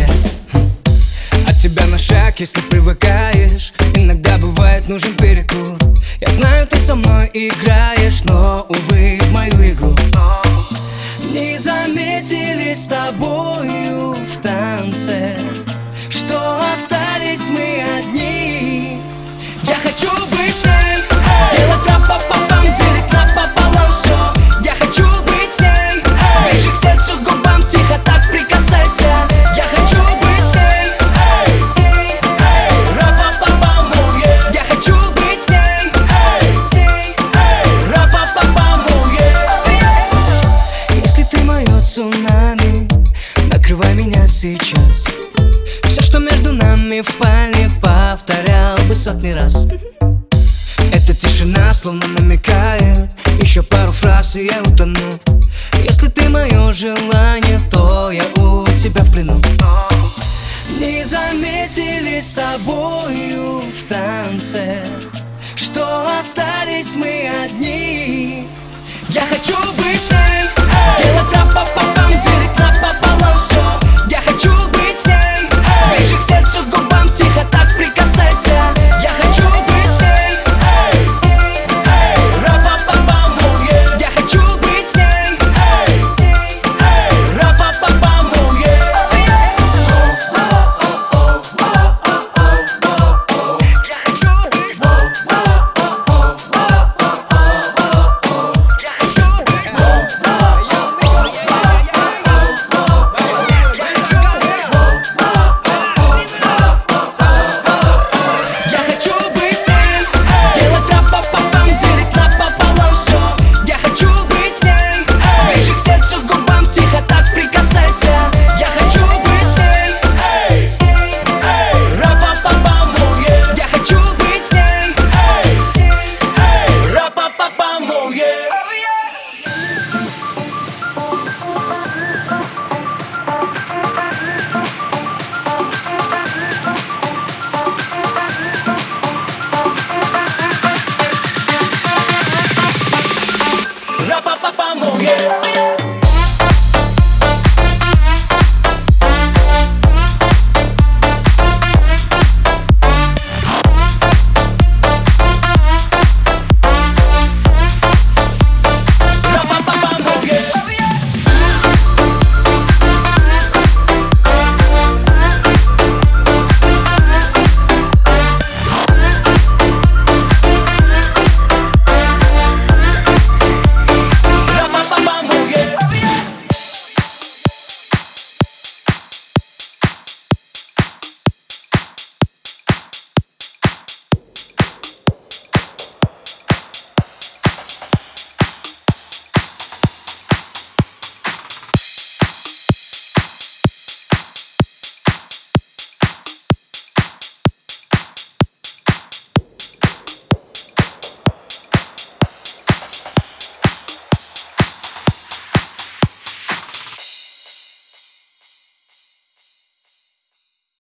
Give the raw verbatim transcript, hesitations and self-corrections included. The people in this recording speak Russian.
скучать. От тебя на шаг, если привыкаешь, иногда бывает нужен перекур. Я знаю, ты со мной играешь, но, увы, в мою игру не заметили с тобою в танце, что остались мы одни. Я хочу быть с ней, делать рап-па-па-пам, делить напополам все. Я хочу быть с ней, ближе к сердцу, к губам, тихо так прикасайся. Я хочу быть с ней, с ней, рап-па-па-пам, oh yeah. Я хочу быть с ней, с ней, рап-па-па-пам, oh yeah. Если ты мое цунами, накрывай меня сейчас. Все, что между нами в спальне, повторял бы сотни раз. Эта тишина словно намекает, еще пару фраз и я утону. Если ты мое желание, то я у тебя в плену. Не заметили с тобою в танце, что остались мы одни. Я хочу быть с ней, делать рап-па-па.